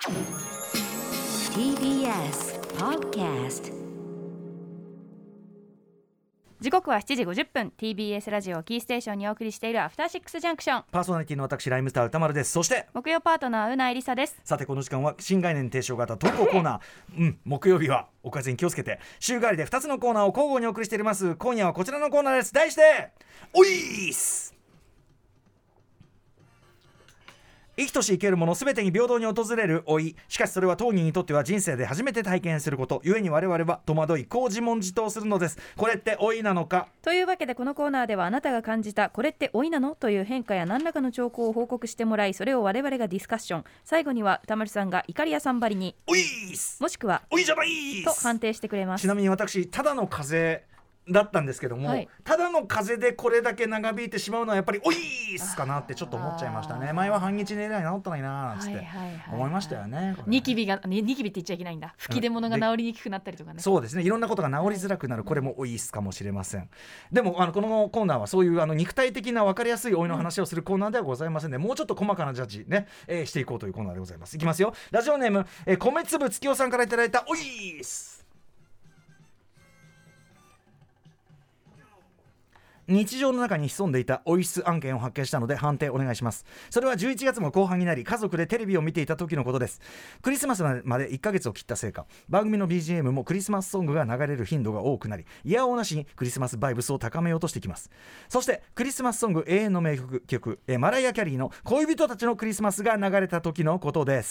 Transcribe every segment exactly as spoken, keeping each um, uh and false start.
ティービーエス Podcast。 時刻はしちじごじゅっぷん。 ティービーエス ラジオキーステーションにお送りしているアフターシックスジャンクション。 パーソナリティの私ライムスター歌丸です。そして木曜パートナーうないりさです。 さてこの時間は新概念提唱型投稿コーナーうん木曜日はおかずに気をつけて週替わりでふたつのコーナーを交互にお送りしています。今夜はこちらのコーナーです。題しておいーす。生きとし生けるものすべてに平等に訪れる老い。しかしそれは当人にとっては人生で初めて体験することゆえに我々は戸惑いこう自問自答するのです。これって老いなのか。 というわけでこのコーナーではあなたが感じたこれって老いなのという変化や何らかの兆候を報告してもらい、それを我々がディスカッション。最後には歌丸さんがイカリアさんばりにおいーすもしくはおいじゃないーすと判定してくれます。 ちなみに私ただの風邪だったんですけども、はい、ただの風邪でこれだけ長引いてしまうのはやっぱりおいーすかなってちょっと思っちゃいましたね。前は半日寝れない治ったのになーなんつって思いましたよね。 ニキビがニキビって言っちゃいけないんだ。吹き出物が治りにくくなったりとかね。 そうですね、いろんなことが治りづらくなる、これもおいーすかもしれません。でもあのこのコーナーはそういうあの肉体的な分かりやすい老いの話をするコーナーではございませんね。もうちょっと細かなジャッジね、えー、していこうというコーナーでございます。いきますよ。ラジオネーム、えー、米粒月夜さんからいただいたおいーす。日常の中に潜んでいたオイス案件を発見したので判定お願いします。それはじゅういちがつも後半になり家族でテレビを見ていた時のことです。クリスマスまでいっかげつを切ったせいか番組の ビージーエム もクリスマスソングが流れる頻度が多くなり、いやおうなしにクリスマスバイブスを高めようとしてきます。そしてクリスマスソング永遠の名曲曲えマライア・キャリーの恋人たちのクリスマスが流れた時のことです。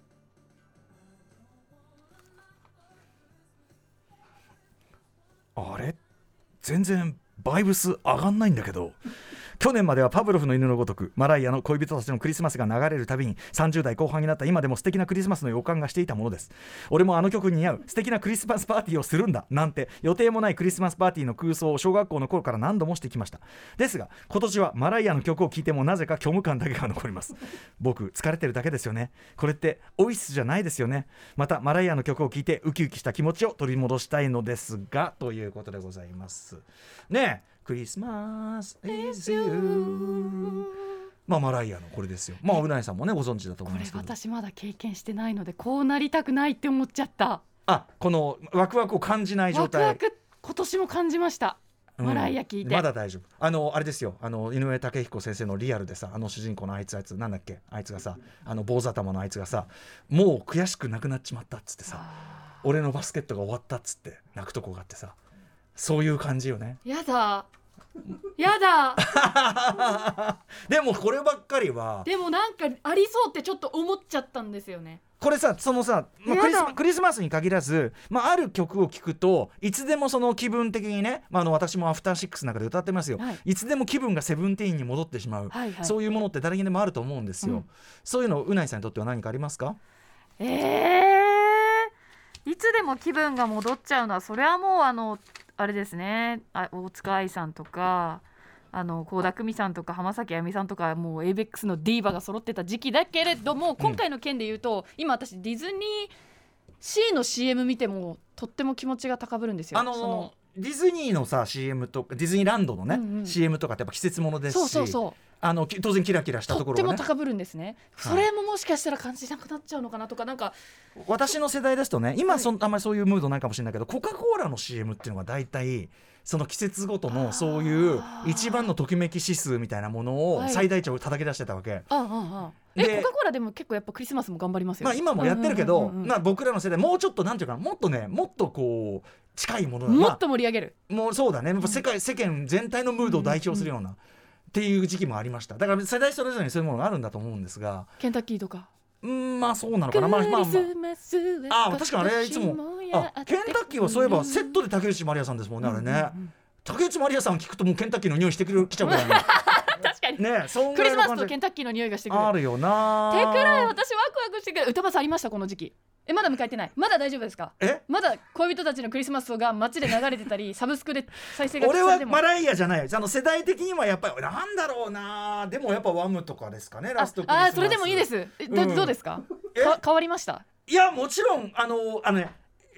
あれ全然バイブス上がんないんだけど。去年まではパブロフの犬のごとくマライアの恋人たちのクリスマスが流れるたびにさんじゅう代後半になった今でも素敵なクリスマスの予感がしていたものです。俺もあの曲に似合う素敵なクリスマスパーティーをするんだなんて予定もないクリスマスパーティーの空想を小学校の頃から何度もしてきました。ですが今年はマライアの曲を聴いてもなぜか虚無感だけが残ります。僕疲れてるだけですよね。これってオイスじゃないですよね。またマライアの曲を聴いてウキウキした気持ちを取り戻したいのですがということでございますね。えクリスマス is you まあマライアのこれですよ。まあうなぎさんもねご存知だと思いますけど、 これ私まだ経験してないのでこうなりたくないって思っちゃった。 あこのワクワクを感じない状態。 ワクワク今年も感じました、うん、マライア聞いて。 まだ大丈夫。あのあれですよ、あの井上武彦先生のリアルでさ、あの主人公のあいつあいつなんだっけあいつがさ、あの坊主頭のあいつがさ、もう悔しくなくなっちまったっつってさ、俺のバスケットが終わったっつって泣くとこがあってさ、そういう感じよね。 やだやだでもこればっかりはでもなんかありそうってちょっと思っちゃったんですよね。 これさ、そのさ、まあ、クリスマ、クリスマスに限らず、まあ、ある曲を聴くといつでもその気分的にね、まあ、あの私もアフターシックスの中で歌ってますよ、はい、いつでも気分がセブンティーンに戻ってしまう、はいはい、そういうものって誰にでもあると思うんですよ、うん、そういうのうないさんにとっては何かありますか？ えー、いつでも気分が戻っちゃうのはそれはもうあのあれですね、あ大塚愛さんとかあの倖田來未さんとか浜崎あゆみさんとかもう エイベックス のディーバが揃ってた時期だけれども、今回の件で言うと、うん、今私ディズニーシーの シーエム 見てもとっても気持ちが高ぶるんですよ。 あのー、そのディズニーのさ シーエム とかディズニーランドのね、うんうん、シーエム とかってやっぱ季節ものですし、そうそうそうあの当然キラキラしたところがねとっても高ぶるんですね、はい、それももしかしたら感じなくなっちゃうのかなとか、なんか私の世代ですとね今そ、はい、あんまりそういうムードないかもしれないけど、コカ・コーラの シーエム っていうのが大体その季節ごとのそういう一番のときめき指数みたいなものを最大値を叩き出してたわけ、はい、ああああえコカ・コーラでも結構やっぱクリスマスも頑張りますよ、 まあ、今もやってるけど、うんうんうんうん、まあ、僕らの世代もうちょっとなんていうかな、もっとねもっとこう近いもの、 もっと盛り上げる、 まあ、もうそうだね、世界世間全体のムードを代表するような、うんうんうんっていう時期もありました。だから世代それぞれにそういうものがあるんだと思うんですが、 ケンタッキーとかうんまあそうなのかな、まあまあまあ、あ確かにあれいつもあケンタッキーはそういえばセットで竹内まりやさんですもんね、あれね、うんうんうん、竹内まりやさん聞くともうケンタッキーの匂いしてくるきちゃうからね確かに、 ね、そんクリスマスとケンタッキーの匂いがしてくるあるよな。 手くらい私ワクワクしてくる。歌丸さんありましたこの時期？えまだ迎えてない？まだ大丈夫ですか？ えまだ恋人たちのクリスマスが街で流れてたりサブスクで再生がされても俺はマライアじゃない、あの世代的にはやっぱりなんだろうな、でもやっぱワムとかですかね、ラストクリスマス。 ああそれでもいいです。え、うん、どうですか？か変わりました？ いやもちろんあのあのね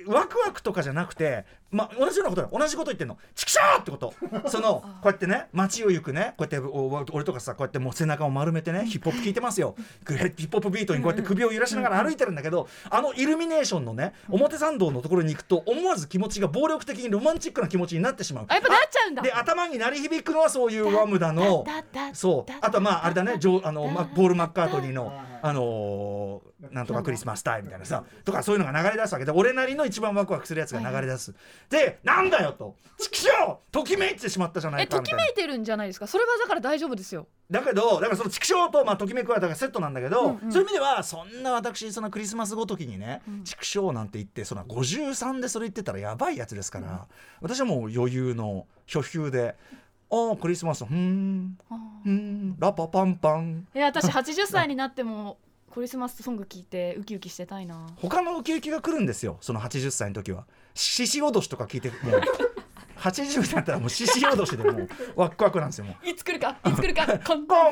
ワクワクとかじゃなくて、まあ、同じようなことだ同じこと言ってんのチクショーってことそのこうやってね街を行くねこうやって俺とかさこうやってもう背中を丸めてねヒップホップ聞いてますよヒップホップビートにこうやって首を揺らしながら歩いてるんだけど、あのイルミネーションのね表参道のところに行くと思わず気持ちが暴力的にロマンチックな気持ちになってしまう。 あやっぱなっちゃうんだ。 で頭に鳴り響くのはそういうワムダのそうあとはまああれだねジョあの、ま、ポール・マッカートニーのあのー、なんとかクリスマスタイムみたいなさとかそういうのが流れ出すわけで俺なりの一番ワクワクするやつが流れ出す、はい、でなんだよとチキショーときめいてしまったじゃないかみたいな。 えときめいてるんじゃないですか。それはだから大丈夫ですよ。 だけどだからそのチキショーと、まあ、ときめくはだからセットなんだけど、うんうん、そういう意味ではそんな私そのクリスマスごときにね、うん、チキショーなんて言ってそのごじゅうさんでそれ言ってたらやばいやつですから、うん、私はもう余裕の初級でああクリスマスふーんふーんラパパンパン。 いや私はちじゅっさいになってもクリスマスソング聞いてウキウキしてたいな。 他のウキウキが来るんですよそのはちじゅっさいの時は。獅子おどしとか聞いてもうはちじゅうになったらもう獅子おどしでもうワクワクなんですよ。もういつ来るかいつ来るかコンコン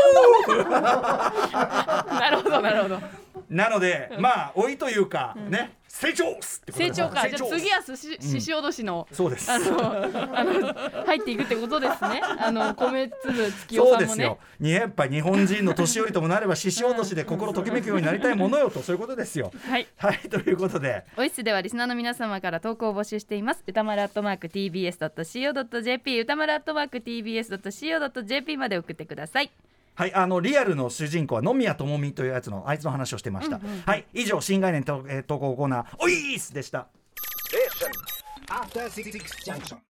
なるほどなるほど。 なので、うん、まあ老いというか、うん、ね成長すってこと成長か。じゃあ次は獅子おどしの、 うん、そうですあのあの入っていくってことですね。あの米粒月夜さんもね。そうですよ。 にやっぱ日本人の年寄りともなれば獅子おどしで心ときめくようになりたいものよとそういうことですよ。 はいはいということでオイスではリスナーの皆様から投稿を募集しています。歌丸アットマーク ティービーエスドットシーオードットジェーピー 歌丸アットマーク ティービーエスドットシーオードットジェーピー まで送ってください。 はい、あのリアルの主人公は野宮智美というやつのあいつの話をしてました、うんうんうん、はい以上新概念と、えー、投稿コーナーおいーすでした。